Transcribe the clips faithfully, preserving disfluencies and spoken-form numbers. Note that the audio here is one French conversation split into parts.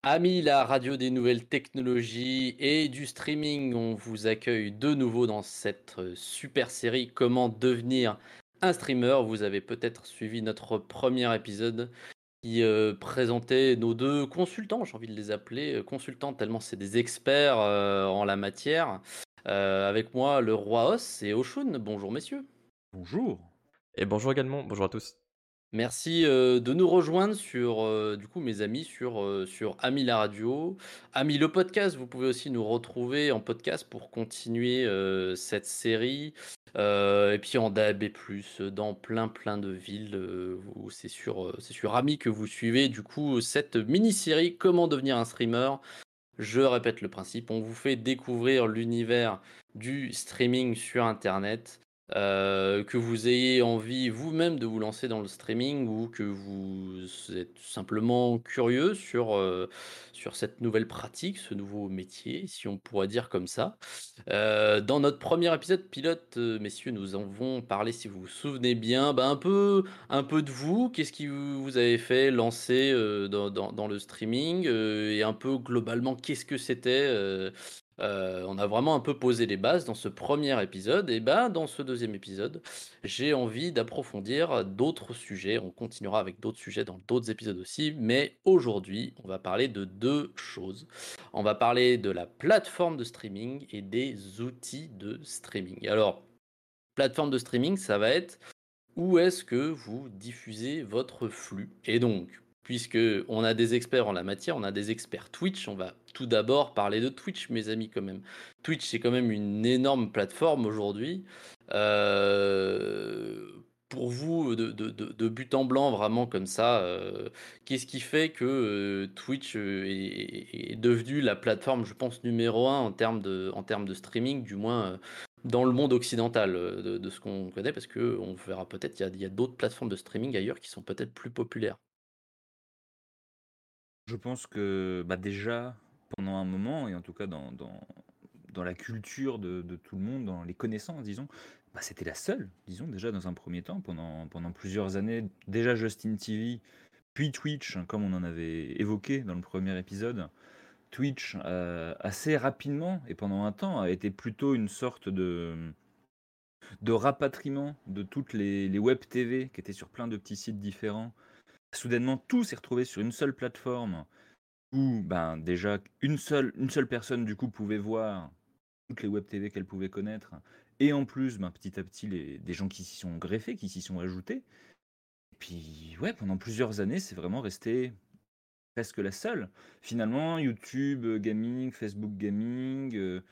Amis, la radio des nouvelles technologies et du streaming, on vous accueille de nouveau dans cette euh, super série Comment devenir un streamer. Vous avez peut-être suivi notre premier épisode qui euh, présentait nos deux consultants, j'ai envie de les appeler euh, consultants tellement c'est des experts euh, en la matière. Euh, avec moi, le roi Os et Oshun. Bonjour messieurs. Bonjour. Et bonjour également, bonjour à tous. Merci, heu, de nous rejoindre sur, heu, du coup, mes amis, sur, heu, sur Ami la radio, Ami le podcast. Vous pouvez aussi nous retrouver en podcast pour continuer, heu, cette série, heu et puis en D A B plus, heu, dans plein, plein de villes, heu, où c'est sur, heu, c'est sur Ami que vous suivez, du coup, cette mini-série «Comment devenir un streamer». Je répète le principe, on vous fait découvrir l'univers du streaming sur internet, heu, que vous ayez envie vous-même de vous lancer dans le streaming ou que vous êtes simplement curieux sur, heu, sur cette nouvelle pratique, ce nouveau métier, si on pourrait dire comme ça. Heu, dans notre premier épisode pilote, heu, messieurs, nous avons parlé, si vous vous souvenez bien, bah, un peu un peu de vous. Qu'est-ce qui vous vous avez fait lancer, heu, dans dans dans le streaming, heu et un peu globalement, qu'est-ce que c'était, heu heu, on a vraiment un peu posé les bases dans ce premier épisode et bah, dans ce deuxième épisode, j'ai envie d'approfondir d'autres sujets. On continuera avec d'autres sujets dans d'autres épisodes aussi, mais aujourd'hui, on va parler de deux choses. On va parler de la plateforme de streaming et des outils de streaming. Alors, plateforme de streaming, ça va être où est-ce que vous diffusez votre flux? Et donc, puisque on a des experts en la matière, on a des experts Twitch, on va tout d'abord parler de Twitch, mes amis, quand même. Twitch, c'est quand même une énorme plateforme aujourd'hui. Euh, pour vous, de, de- de- de but en blanc, vraiment comme ça, euh, qu'est-ce qui fait que euh, Twitch euh, est, est- est devenu la plateforme, je pense, numéro un en termes de, en termes de streaming, du moins euh, dans le monde occidental, euh, de, de ce qu'on connaît, parce que on verra peut-être, il y a, il y a d'autres plateformes de streaming ailleurs qui sont peut-être plus populaires. Je pense que bah, déjà, pendant un moment, et en tout cas dans, dans, dans la culture de, de tout le monde, dans les connaissances, disons, bah, c'était la seule, disons, déjà dans un premier temps, pendant, pendant plusieurs années. Déjà Justin T V, puis Twitch, hein, comme on en avait évoqué dans le premier épisode. Twitch, euh, assez rapidement, et pendant un temps, a été plutôt une sorte de, de rapatriement de toutes les, les web T V qui étaient sur plein de petits sites différents. Soudainement, tout s'est retrouvé sur une seule plateforme où ben, déjà une seule, une seule personne du coup pouvait voir toutes les web T V qu'elle pouvait connaître. Et en plus, ben, petit à petit, les, des gens qui s'y sont greffés, qui s'y sont ajoutés. Et puis, ouais, pendant plusieurs années, c'est vraiment resté presque la seule. Finalement, YouTube euh, Gaming, Facebook Gaming, euh,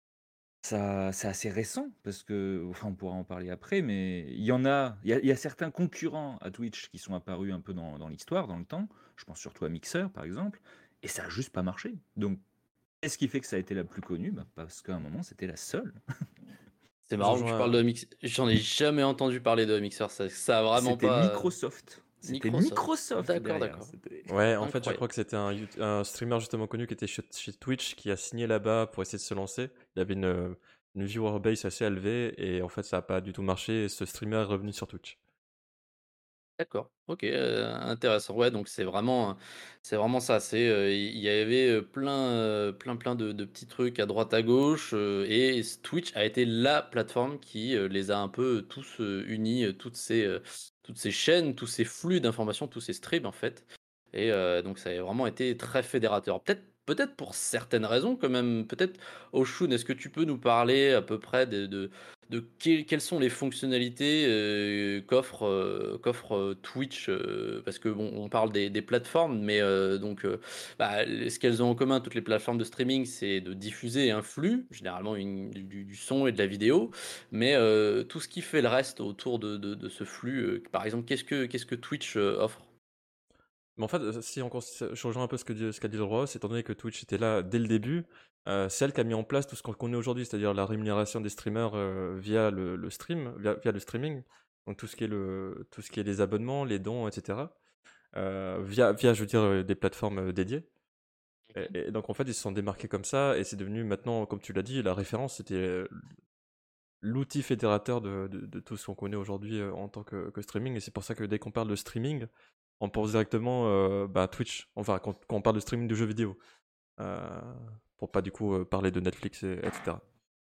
ça, c'est assez récent parce que, enfin, on pourra en parler après, mais il y en a, il y a, il y a certains concurrents à Twitch qui sont apparus un peu dans, dans l'histoire, dans le temps. Je pense surtout à Mixer, par exemple, et ça a juste pas marché. Donc, qu'est-ce qui fait que ça a été la plus connue? Bah, parce qu'à un moment, c'était la seule. C'est Je marrant que tu parles rejoins, de Mix. J'en ai jamais entendu parler de Mixer. Ça, ça a vraiment C'était pas. euh, Microsoft. C'était Microsoft. Microsoft D'accord, derrière. d'accord. C'était... ouais, en fait, je Incroyable. crois que c'était un, you- un streamer justement connu qui était chez, chez Twitch, qui a signé là-bas pour essayer de se lancer. Il avait une, une viewer base assez élevée et en fait, ça a pas du tout marché et ce streamer est revenu sur Twitch. D'accord, OK, heu, intéressant. Ouais, donc c'est vraiment, c'est vraiment ça. C'est, heu, il y avait, heu, plein, heu, plein, plein de de petits trucs à droite à gauche, heu et s Twitch a été la plateforme qui, heu, les a un peu tous, heu, unis, heu, toutes ces, heu, toutes ces chaînes, tous ces flux d'informations, tous ces streams, en fait et heu, donc ça a vraiment été très fédérateur. Peut-être peut-être pour certaines raisons quand même, peut-être Oshun, est-ce que tu peux nous parler à peu près de de de que quelles sont les fonctionnalités, heu, qu'offre, heu, qu'offre, heu, Twitch, heu, parce que bon, on parle des des plateformes, mais heu, donc heu, bah, l ce qu'elles ont en commun toutes les plateformes de streaming, c'est de diffuser un flux, généralement une du du son et de la vidéo, mais heu, tout ce qui fait le reste autour de de de ce flux, heu, par exemple, qu'est-ce que qu'est-ce que Twitch, heu, offre? Mais en fait, euh, si on cons- je rejoins un peu ce que dit, ce qu'a dit le roi, c'est étant donné que Twitch était là dès le début, euh, c'est elle qui a mis en place tout ce qu'on connaît aujourd'hui, c'est-à-dire la rémunération des streamers euh, via le, le stream, via, via le streaming, donc tout ce qui est le, tout ce qui est les abonnements, les dons, et cetera. Euh, via, via, je veux dire, euh, des plateformes euh, dédiées. Et, et donc en fait, ils se sont démarqués comme ça, et c'est devenu maintenant, comme tu l'as dit, la référence, c'était euh, l'outil fédérateur de, de, de tout ce qu'on connaît aujourd'hui euh, en tant que, que streaming, et c'est pour ça que dès qu'on parle de streaming, on pense directement euh, bah, Twitch, enfin quand, quand on parle de streaming de jeux vidéo, euh, pour pas du coup euh, parler de Netflix, et, etc.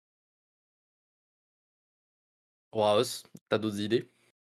Raos, t'as d'autres idées?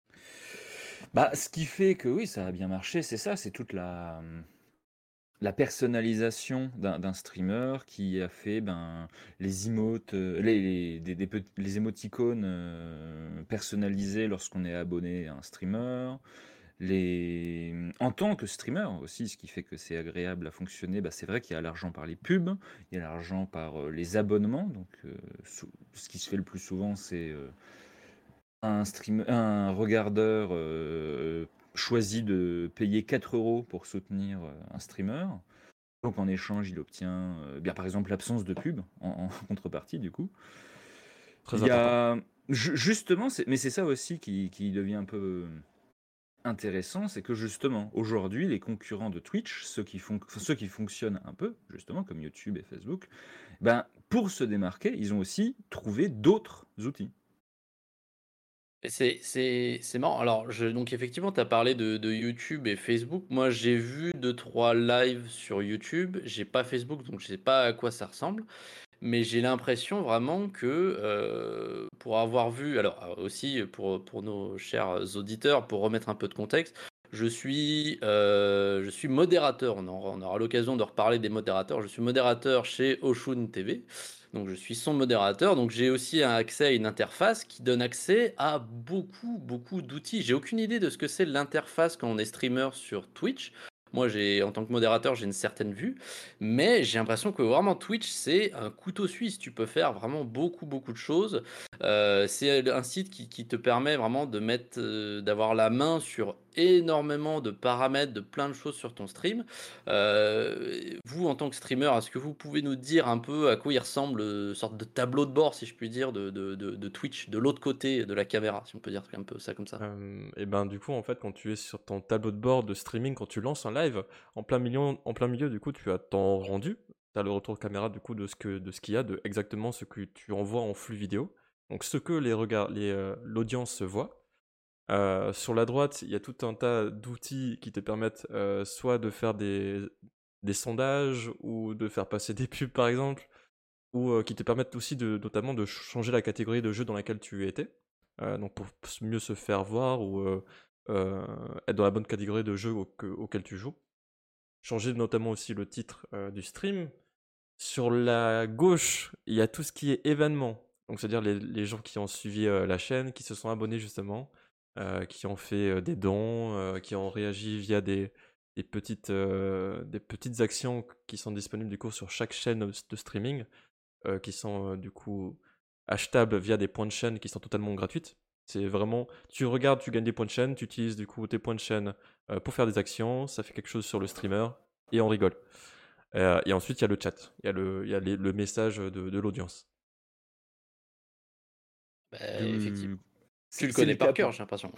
Bah, ce qui fait que oui, ça a bien marché, c'est ça, c'est toute la, la personnalisation d'un d'un streamer qui a fait ben, les emotes, euh, les, les, des- des pet- les émoticônes euh, personnalisés lorsqu'on est abonné à un streamer. Les... En tant que streamer aussi, ce qui fait que c'est agréable à fonctionner, bah, c'est vrai qu'il y a l'argent par les pubs, il y a l'argent par euh, les abonnements. Donc, euh, sou- ce qui se fait le plus souvent, c'est euh, un stream, un regardeur euh, choisit de payer quatre euros pour soutenir euh, un streamer. Donc en échange, il obtient euh, bien par exemple l'absence de pub en, en contrepartie du coup. Très Il y important. a ju- justement, c'est- mais c'est ça aussi qui, qui devient un peu intéressant, c'est que justement aujourd'hui les concurrents de Twitch, ceux qui font, enfin, ceux qui fonctionnent un peu justement comme YouTube et Facebook, ben pour se démarquer, ils ont aussi trouvé d'autres outils. Et C'est c'est c'est marrant. Alors, je, donc effectivement, tu as parlé de, de YouTube et Facebook. Moi, j'ai vu deux, trois lives sur YouTube. J'ai pas Facebook, donc je sais pas à quoi ça ressemble. Mais j'ai l'impression vraiment que euh, pour avoir vu, alors euh, aussi pour, pour nos chers auditeurs, pour remettre un peu de contexte, je suis, euh, je suis modérateur. On aura, on aura l'occasion de reparler des modérateurs. Je suis modérateur chez Oshun T V. Donc je suis son modérateur. Donc j'ai aussi un accès à une interface qui donne accès à beaucoup, beaucoup d'outils. J'ai aucune idée de ce que c'est l'interface quand on est streamer sur Twitch. Moi, j'ai, en tant que modérateur, j'ai une certaine vue. Mais j'ai l'impression que vraiment Twitch, c'est un couteau suisse. Tu peux faire vraiment beaucoup, beaucoup de choses. Euh, c'est un site qui, qui te permet vraiment de mettre, euh, d'avoir la main sur énormément de paramètres, de plein de choses sur ton stream. Euh, vous, en tant que streamer, est-ce que vous pouvez nous dire un peu à quoi il ressemble, une sorte de tableau de bord, si je puis dire, de, de, de, de Twitch, de l'autre côté de la caméra, si on peut dire un peu ça comme ça? Euh, et ben du coup en fait quand tu es sur ton tableau de bord de streaming, quand tu lances un live, en plein milieu, en plein milieu du coup tu as ton rendu, tu as le retour caméra du coup de ce que de ce qu'il y a, de exactement ce que tu envoies en flux vidéo. Donc ce que les regards, les, euh, l'audience voit. Euh, sur la droite, il y a tout un tas d'outils qui te permettent euh, soit de faire des, des sondages ou de faire passer des pubs par exemple, ou euh, qui te permettent aussi de, notamment de changer la catégorie de jeu dans laquelle tu étais, euh, donc pour s- mieux se faire voir ou euh, euh, être dans la bonne catégorie de jeu au- que- auquel tu joues. Changer notamment aussi le titre euh, du stream. Sur la gauche, il y a tout ce qui est événements, donc c'est-à-dire les, les gens qui ont suivi euh, la chaîne, qui se sont abonnés justement, euh, qui ont fait euh, des dons, euh, qui ont réagi via des, des petites, euh, des petites actions qui sont disponibles du coup sur chaque chaîne de streaming, euh, qui sont euh, du coup achetables via des points de chaîne qui sont totalement gratuites. C'est vraiment, tu regardes, tu gagnes des points de chaîne, tu utilises du coup tes points de chaîne euh, pour faire des actions, ça fait quelque chose sur le streamer et on rigole. Euh, et ensuite, il y a le chat, il y a le, il y a les- le message de, de l'audience. Bah, effectivement. Du... Tu C'est le c'est connais le par cas cœur, pour... j'ai l'impression.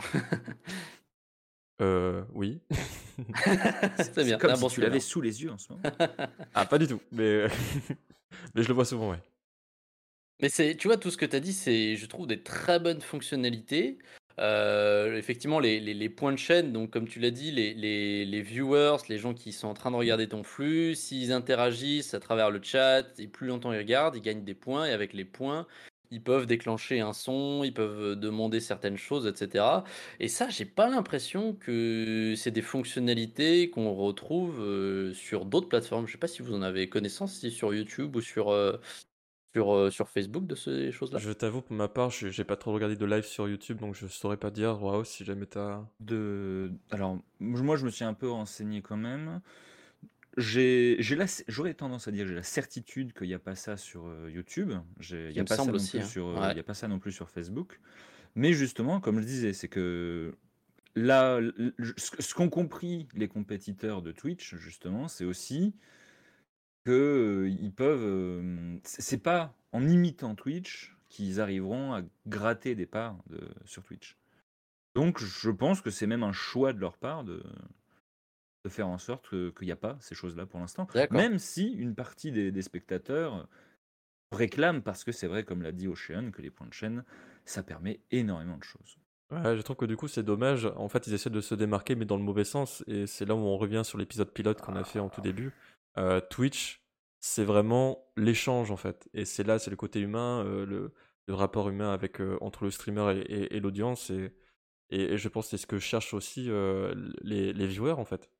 Euh, oui. C'est C'est c'est bien, t'es comme un si bon tu l'avais streamer. sous les yeux en ce moment. Ah, pas du tout, mais, mais je le vois souvent, ouais. Mais c'est, tu vois, tout ce que tu as dit, c'est, je trouve, des très bonnes fonctionnalités. Euh, effectivement, les, les- les points de chaîne, donc comme tu l'as dit, les, les- les viewers, les gens qui sont en train de regarder ton flux, s'ils interagissent à travers le chat et plus longtemps ils regardent, ils gagnent des points et avec les points, ils peuvent déclencher un son, ils peuvent demander certaines choses, et cetera. Et ça, j'ai pas l'impression que c'est des fonctionnalités qu'on retrouve euh, sur d'autres plateformes. Je sais pas si vous en avez connaissance, si sur YouTube ou sur, euh, sur, euh, sur Facebook de ces choses-là? Je t'avoue, pour ma part, je- j'ai pas trop regardé de live sur YouTube, donc je saurais pas dire, waouh, si jamais t'as. De... Alors, moi, je me suis un peu renseigné quand même. J'ai, j'ai la- J'aurais tendance à dire, j'ai la certitude qu'il n'y a pas ça sur euh, YouTube. J'ai- Il n'y Il a me pas ça semble non aussi, plus hein. sur, euh, il Ouais. y a pas ça non plus sur Facebook. Mais justement, comme je disais, c'est que là, l- l- ce ce qu'ont compris les compétiteurs de Twitch, justement, c'est aussi que euh, ils peuvent. euh, c'est c'est pas en imitant Twitch qu'ils arriveront à gratter des parts de- sur Twitch. Donc, je pense que c'est même un choix de leur part de, de faire en sorte que- qu'il n'y a pas ces choses-là pour l'instant. D'accord. Même si une partie des, des spectateurs réclament, parce que c'est vrai, comme l'a dit Ocean, que les points de chaîne, ça permet énormément de choses. Ouais, je trouve que du coup c'est dommage. En fait, ils essaient de se démarquer, mais dans le mauvais sens. Et c'est là où on revient sur l'épisode pilote qu'on a fait en tout début. Euh, Twitch, c'est vraiment l'échange en fait. Et c'est là, c'est le côté humain, euh, le, le rapport humain avec euh, entre le streamer et, et- et l'audience. Et, et, et je pense que c'est ce que cherchent aussi euh, les, les viewers en fait.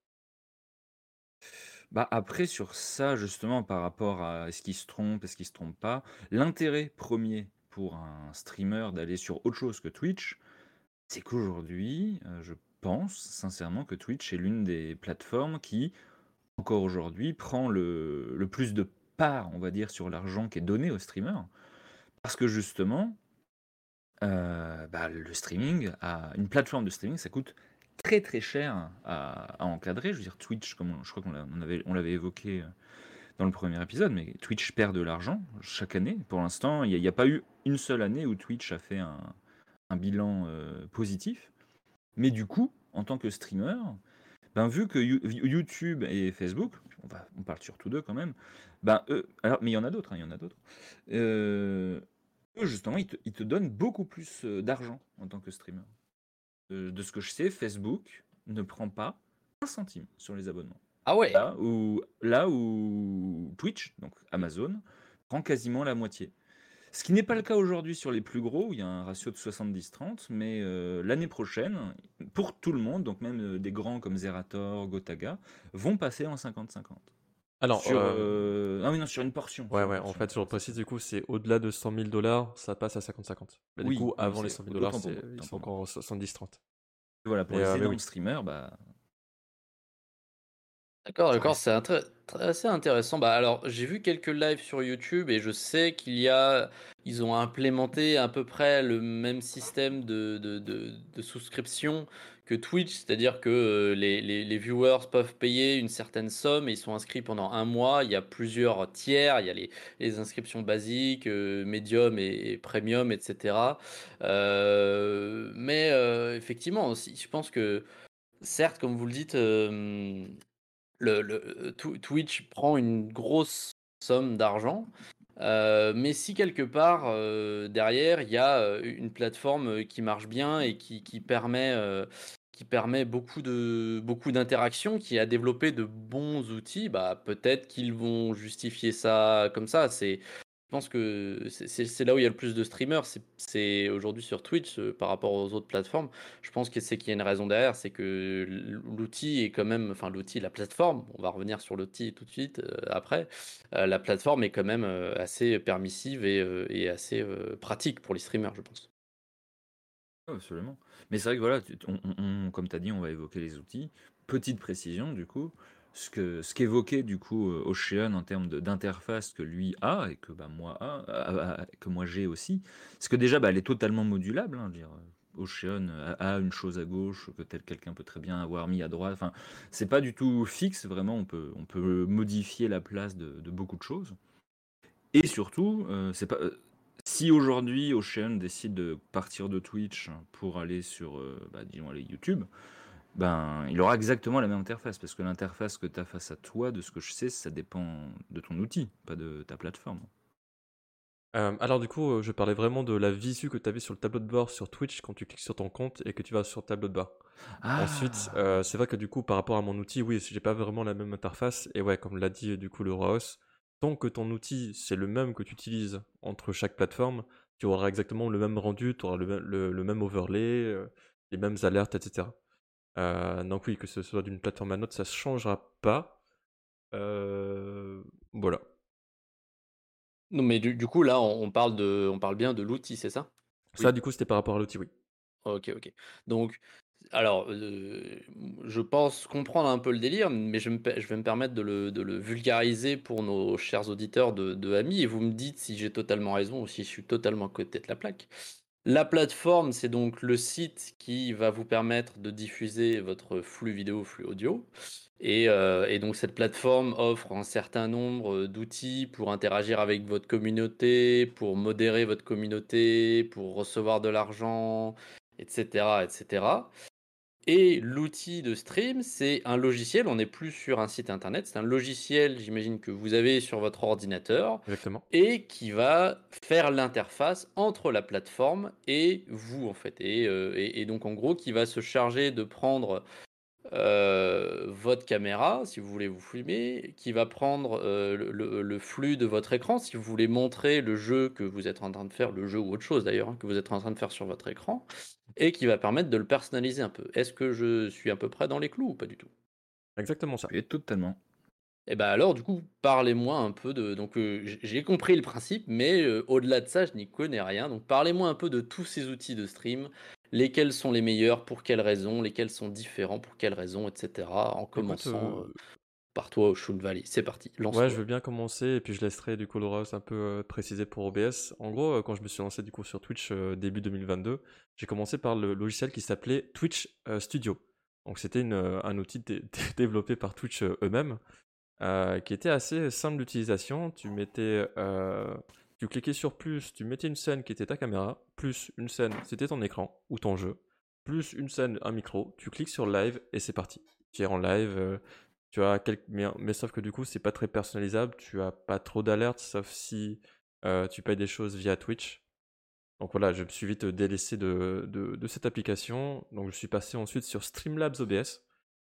Bah, après sur ça justement par rapport à est-ce qu'il se trompe, est-ce qu'il se trompe pas, l'intérêt premier pour un streamer d'aller sur autre chose que Twitch, c'est qu'aujourd'hui, heu, je pense sincèrement que Twitch est l'une des plateformes qui, encore aujourd'hui, prend le le plus de part, on va dire, sur l'argent qui est donné aux streamers. Parce que justement, heu, bah, le streaming a une plateforme de streaming, ça coûte très, très cher à à encadrer. Je veux dire Twitch, comme on je crois qu'on l'a on avait on l'avait évoqué, heu, dans le premier épisode, mais Twitch perd de l'argent chaque année. Pour l'instant, il n'y a, il y a pas eu une seule année où Twitch a fait un, un bilan euh, positif. Mais du coup, en tant que streamer, ben, vu que You- YouTube et Facebook, on, va, on parle surtout d'eux quand même, ben, eux, alors, mais il y en a d'autres, hein, il y en a d'autres, euh, eux, justement, ils te, ils te donnent beaucoup plus euh, d'argent en tant que streamer. Euh, de ce que je sais, Facebook ne prend pas un centime sur les abonnements. Ah ouais. Là où, là où Twitch, donc Amazon, prend quasiment la moitié. Ce qui n'est pas le cas aujourd'hui sur les plus gros, où il y a un ratio de soixante-dix trente, mais euh, l'année prochaine, pour tout le monde, donc même euh, des grands comme Zerator, Gotaga, vont passer en cinquante cinquante. Alors, Sur, euh, euh, ah oui, non, sur une portion. ouais, Sur une ouais, en portion, fait, je pas précise, du cinquante. coup, c'est au-delà de cent mille dollars, ça passe à cinquante cinquante. Mais du Oui, coup, oui, avant les c'est cent mille dollars, autant pour c'est, moi. ils Autant sont pour moi. encore soixante-dix trente. Voilà, pour Mais, euh, les mais énormes oui. streamers, bah, D'accord, ça d'accord, reste. c'est intré- très- assez intéressant. Bah alors, j'ai vu quelques lives sur YouTube et je sais qu'il y a, ils ont implémenté à peu près le même système de, de, de- de souscription que Twitch, c'est-à-dire que euh, les, les, les viewers peuvent payer une certaine somme et ils sont inscrits pendant un mois. Il y a plusieurs tiers, il y a les, les inscriptions basiques, euh, médium et, et premium, et cetera. Euh, mais euh, effectivement, aussi, je pense que certes, comme vous le dites, euh, le, le- Tw- Twitch prend une grosse somme d'argent, euh, mais si quelque part euh, derrière il y a euh, une plateforme euh, qui marche bien et qui, qui permet, euh, qui permet beaucoup de beaucoup d'interactions, qui a développé de bons outils, bah peut-être qu'ils vont justifier ça comme ça. C'est Je pense que c'est c'est- c'est là où il y a le plus de streamers. C'est c'est aujourd'hui sur Twitch euh, par rapport aux autres plateformes. Je pense que c'est qu'il y a une raison derrière, c'est que l'outil est quand même, enfin l'outil, la plateforme, on va revenir sur l'outil tout de suite euh, après, euh, la plateforme est quand même euh, assez permissive et, euh, et assez euh, pratique pour les streamers, je pense. Ouais, absolument. Mais c'est vrai que voilà, tu- on- on- on- comme tu as dit, on va évoquer les outils. Petite précision, du coup, ce que ce qu'évoquait du coup euh, Ocean en termes de- d'interface que lui a et que bah, moi a, a- a- que moi j'ai aussi, c'est que déjà bah, elle est totalement modulable. Hein, je veux dire, euh, Ocean a, a une chose à gauche que tel quelqu'un peut très bien avoir mis à droite. Enfin, c'est pas du tout fixe. Vraiment, on peut on peut modifier la place de, de beaucoup de choses. Et surtout, euh, c'est pas. euh, Si aujourd'hui Ocean décide de partir de Twitch pour aller sur, euh, bah, disons, aller YouTube, ben, il aura exactement la même interface, parce que l'interface que tu as face à toi, de ce que je sais, ça dépend de ton outil, pas de ta plateforme. Euh, alors du coup, euh, je parlais vraiment de la visu que tu avais sur le tableau de bord sur Twitch quand tu cliques sur ton compte et que tu vas sur le tableau de bord. Ensuite, Ah, euh, c'est vrai que du coup, par rapport à mon outil, oui, j'ai pas vraiment la même interface. Et ouais, comme l'a dit euh, du coup le Raos, tant que ton outil c'est le même que tu utilises entre chaque plateforme, tu auras exactement le même rendu, tu auras le, même- le- le même overlay, euh, les mêmes alertes, et cetera. Euh, donc oui, que ce soit d'une plateforme à une autre, ça ne changera pas. Euh, voilà. Non, mais du, du coup là, on, on parle de, on parle bien de l'outil, c'est ça? Ça, Oui. du coup, c'était par rapport à l'outil, oui. Ok, ok. Donc, alors, euh, je pense comprendre un peu le délire, mais je, me per- je vais me permettre de le, de le vulgariser pour nos chers auditeurs de, de Ami, et vous me dites si j'ai totalement raison ou si je suis totalement à côté de la plaque. La plateforme, c'est donc le site qui va vous permettre de diffuser votre flux vidéo, flux audio. Et, euh, et donc cette plateforme offre un certain nombre d'outils pour interagir avec votre communauté, pour modérer votre communauté, pour recevoir de l'argent, et cetera, et cetera. Et l'outil de stream, c'est un logiciel, on n'est plus sur un site internet, c'est un logiciel, j'imagine que vous avez sur votre ordinateur Exactement. et qui va faire l'interface entre la plateforme et vous, en fait. Et, heu et et donc en gros, qui va se charger de prendre, heu, votre caméra, si vous voulez vous filmer, qui va prendre, heu, le le le flux de votre écran, si vous voulez montrer le jeu que vous êtes en train de faire, le jeu ou autre chose d'ailleurs, hein, que vous êtes en train de faire sur votre écran et qui va permettre de le personnaliser un peu. Est-ce que je suis à peu près dans les clous ou pas du tout? Exactement ça. Et totalement. Et bah, alors du coup, parlez-moi un peu de donc heu, j'ai j'ai compris le principe, mais heu, au-delà de ça, je n'y connais rien. Donc parlez-moi un peu de tous ces outils de stream. Lesquels sont les meilleurs? Pour quelles raisons? Lesquels sont différents? Pour quelles raisons? Et cetera. En Écoute, commençant, heu, heu, par toi, Oshun Valley. C'est parti, ouais, je lance-toi. veux bien commencer et puis je laisserai du coup Laura un peu euh, préciser pour O B S. En gros, euh, quand je me suis lancé du coup sur Twitch euh, début deux mille vingt-deux, j'ai commencé par le logiciel qui s'appelait Twitch euh, Studio. Donc c'était une, euh, un outil dé- développé par Twitch euh, eux-mêmes, euh, qui était assez simple d'utilisation. Tu mettais, euh, tu cliquais sur plus, tu mettais une scène qui était ta caméra, plus une scène, c'était ton écran ou ton jeu, plus une scène, un micro. Tu cliques sur live et c'est parti. Tu es en live. euh, tu as quelques... mais, mais sauf que du coup, c'est pas très personnalisable. Tu as pas trop d'alertes, sauf si euh, tu payes des choses via Twitch. Donc voilà, je me suis vite délaissé de, de, de cette application. Donc je suis passé ensuite sur Streamlabs O B S,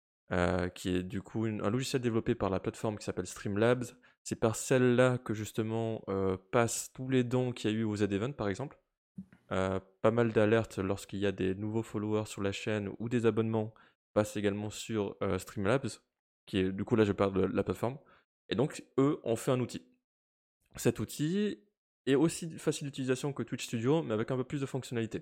euh, qui est du coup une- un logiciel développé par la plateforme qui s'appelle Streamlabs. C'est par celle-là que justement euh, passent tous les dons qu'il y a eu aux Z-Event par exemple. Euh, pas mal d'alertes lorsqu'il y a des nouveaux followers sur la chaîne ou des abonnements passent également sur euh, Streamlabs, qui est du coup là je parle de la plateforme. Et donc eux ont fait un outil. Cet outil est aussi facile d'utilisation que Twitch Studio, mais avec un peu plus de fonctionnalités.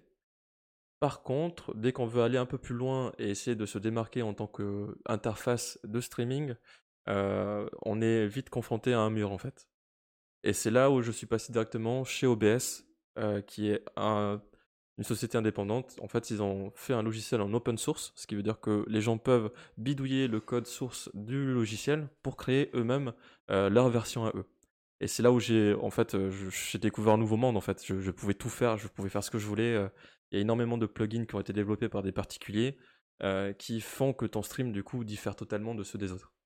Par contre, dès qu'on veut aller un peu plus loin et essayer de se démarquer en tant qu'interface de streaming, euh, on est vite confronté à un mur en fait. Et c'est là où je suis passé directement chez O B S, euh, qui est un- une société indépendante. En fait, ils ont fait un logiciel en open source, ce qui veut dire que les gens peuvent bidouiller le code source du logiciel pour créer eux-mêmes euh, leur version à eux. Et c'est là où j'ai en fait euh, je- j'ai découvert un nouveau monde en fait. Je, je pouvais tout faire, je pouvais faire ce que je voulais. euh. Il y a énormément de plugins qui ont été développés par des particuliers euh, qui font que ton stream du coup diffère totalement de ceux des autres.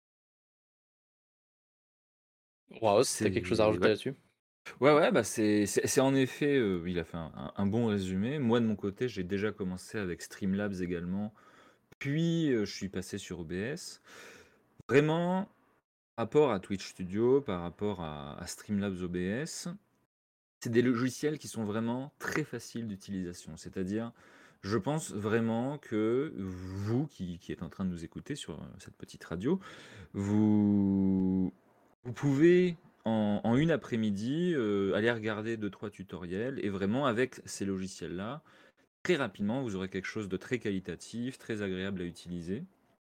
Waouh, tu quelque chose à C'est rajouter ouais. là-dessus? Ouais, ouais, bah c'est c'est c'est en effet, heu, il a fait un un un bon résumé. Moi, de mon côté, j'ai déjà commencé avec Streamlabs également, puis, heu, je suis passé sur O B S. Vraiment, par rapport à Twitch Studio, par rapport à à Streamlabs O B S, c'est des logiciels qui sont vraiment très faciles d'utilisation. C'est-à-dire, je pense vraiment que vous qui qui êtes en train de nous écouter sur, heu, cette petite radio, vous vous pouvez en en une après-midi, heu, aller regarder deux trois tutoriels et vraiment avec ces logiciels-là, très rapidement, vous aurez quelque chose de très qualitatif, très agréable à utiliser.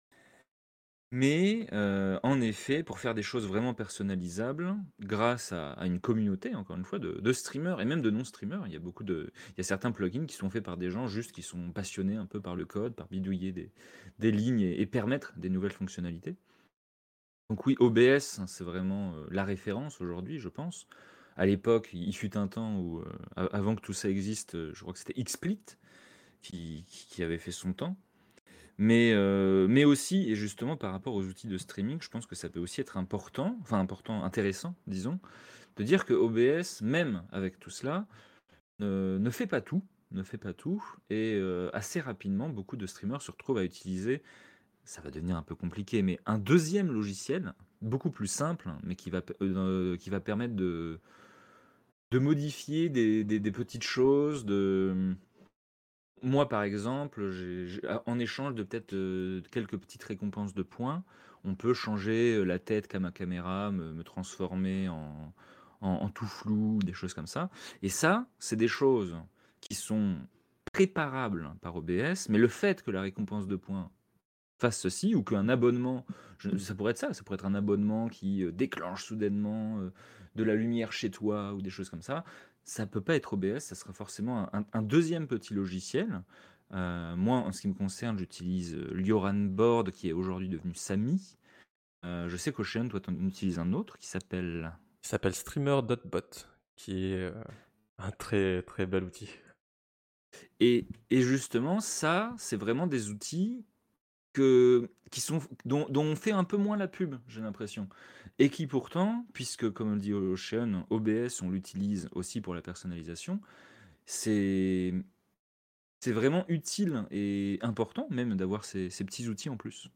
Mais, heu, en effet, pour faire des choses vraiment personnalisables, grâce à à une communauté, encore une fois, de de streamers et même de non-streamers, il y a beaucoup de il y a certains plugins qui sont faits par des gens juste qui sont passionnés un peu par le code, par bidouiller des des lignes et et permettre des nouvelles fonctionnalités. Donc oui, O B S, hein, c'est vraiment, heu, la référence aujourd'hui, je pense. À l'époque, il fut un temps où, heu, a avant que tout ça existe, heu, je crois que c'était XSplit qui qui qui avait fait son temps. Mais, heu, mais aussi et justement par rapport aux outils de streaming, je pense que ça peut aussi être important, enfin important, intéressant, disons, de dire que O B S, même avec tout cela, ne ne fait pas tout, ne fait pas tout et heu, assez rapidement, beaucoup de streamers se retrouvent à utiliser, ça va devenir un peu compliqué, mais un deuxième logiciel, beaucoup plus simple, mais qui va p heu, qui va permettre de de modifier des des des petites choses, de, mmh moi, par exemple, j'ai j'ai a en échange de peut-être, heu, quelques petites récompenses de points, on peut changer, heu, la tête qu'a ma caméra, me me transformer en en en tout flou, des choses comme ça et ça, c'est des choses qui sont préparables par O B S, mais le fait que la récompense de points fasse ceci ou qu'un abonnement, je ça pourrait être ça, ça pourrait être un abonnement qui, heu, déclenche soudainement, heu, de la lumière chez toi ou des choses comme ça. Ça peut pas être O B S, ça sera forcément un un un deuxième petit logiciel. Heu, moi, en ce qui me concerne, j'utilise, heu, Lioran Board qui est aujourd'hui devenu Sami. Heu, je sais qu'Ocean, toi, tu en utilises un autre qui s'appelle Il s'appelle streamer dot bot, qui est euh, un très très bel outil. Et et justement, ça, c'est vraiment des outils que qui sont dont dont on fait un peu moins la pub, j'ai l'impression. Et qui pourtant, puisque comme le dit Ocean, O B S, on l'utilise aussi pour la personnalisation, c'est c'est vraiment utile et important même d'avoir ces ces petits outils en plus.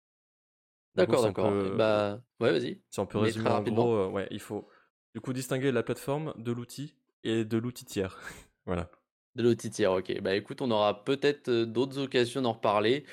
En gros, D'accord, si on d'accord et peut bah ouais, vas-y, si on peut mais résumer très en rapidement. gros, heu, ouais, il faut du coup distinguer la plateforme de l'outil et de l'outil tiers. Voilà. De l'outil tiers, OK. Bah, écoute, on aura peut-être, heu, d'autres occasions d'en reparler.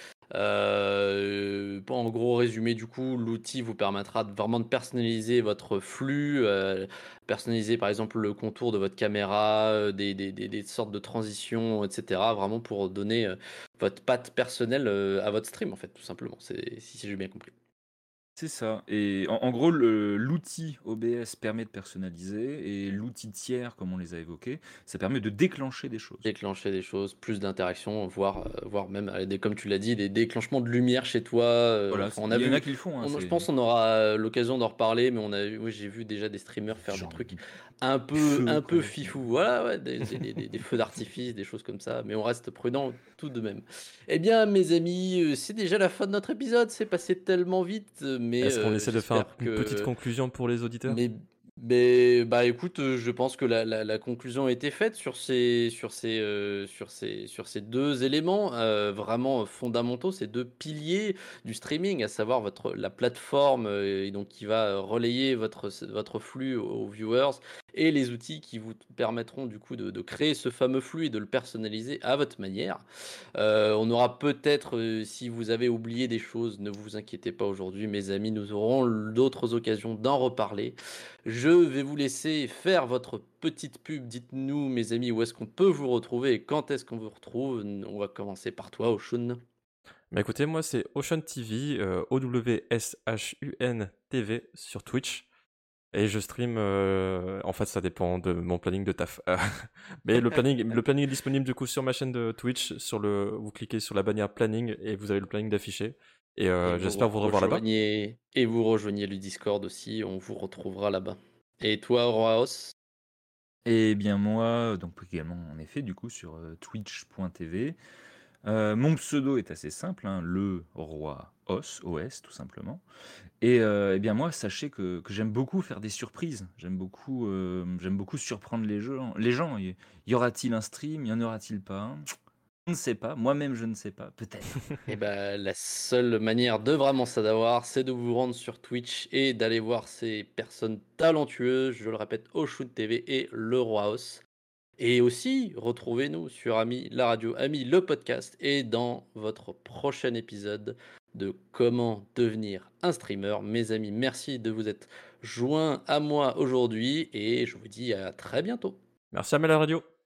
Heu, pour en gros résumer, du coup, l'outil vous permettra de vraiment de personnaliser votre flux, heu, personnaliser, par exemple, le contour de votre caméra, heu, des des des des sortes de transitions et cetera, vraiment pour donner, heu, votre patte personnelle, heu, à votre stream, en fait, tout simplement. C'est si si j'ai bien compris. C'est ça et en en gros, le l'outil O B S permet de personnaliser et l'outil tiers, comme on les a évoqués, ça permet de déclencher des choses. Déclencher des choses, plus d'interactions, voire, heu, voire même, heu, des comme tu l'as dit, des déclenchements de lumière chez toi, heu, Voilà, enfin c'est on a il y en a vu, qui le font, hein, on je c'est pense on aura, heu, l'occasion d'en reparler, mais on a eu moi j'ai vu déjà des streamers faire des genre trucs un des peu feux un peu presque. fifou. Voilà, ouais, des des des des des feux d'artifice, des choses comme ça, mais on reste prudent tout de même. Eh bien mes amis, heu, c'est déjà la fin de notre épisode, c'est passé tellement vite, heu, mais Est-ce qu'on heu, essaie de faire un j'espère une petite que conclusion pour les auditeurs? mais mais bah, écoute, heu, je pense que la la la conclusion a été faite sur ces sur ces, heu, sur ces sur ces deux éléments, heu, vraiment fondamentaux, ces deux piliers du streaming, à savoir votre la plateforme, heu, et donc qui va, heu, relayer votre s votre flux aux aux viewers et les outils qui vous permettront du coup de de créer ce fameux flux et de le personnaliser à votre manière. Heu, on aura peut-être, heu, si vous avez oublié des choses, ne vous inquiétez pas aujourd'hui mes amis, nous aurons l d'autres occasions d'en reparler. Je vais vous laisser faire votre petite pub. Dites-nous mes amis, où est-ce qu'on peut vous retrouver et quand est-ce qu'on vous retrouve? N on va commencer par toi, Oshun. Bah, écoutez, moi, c'est Ocean T V, heu, O W S H U N T V sur Twitch et je stream, heu, en fait, ça dépend de mon planning de taf. Mais le planning le planning est disponible, du coup, sur ma chaîne de Twitch, sur le vous cliquez sur la bannière planning et vous avez le planning d'affiché et Et heu, vous j'espère re vous revoir là-bas. rejoignez et vous rejoignez le Discord aussi, on vous retrouvera là-bas. Et toi, Roaos? Et bien moi, donc également en effet du coup sur, heu, twitch point t v. Heu, mon pseudo est assez simple, hein, le roi os, O S tout simplement. Et heu, et bien moi sachez que que j'aime beaucoup faire des surprises. J'aime beaucoup, hem, j'aime beaucoup surprendre les gens les gens. Y y aura-t-il un stream? Y en aura-t-il pas un? On ne sait pas, moi-même je ne sais pas, peut-être. Et bah, la seule manière de vraiment savoir, c'est de vous rendre sur Twitch et d'aller voir ces personnes talentueuses, je le répète, Oshun T V et le Roaos. Et aussi, retrouvez-nous sur Ami la radio, Ami le podcast et dans votre prochain épisode de Comment devenir un streamer. Mes amis, merci de vous être joints à moi aujourd'hui et je vous dis à très bientôt. Merci à la radio.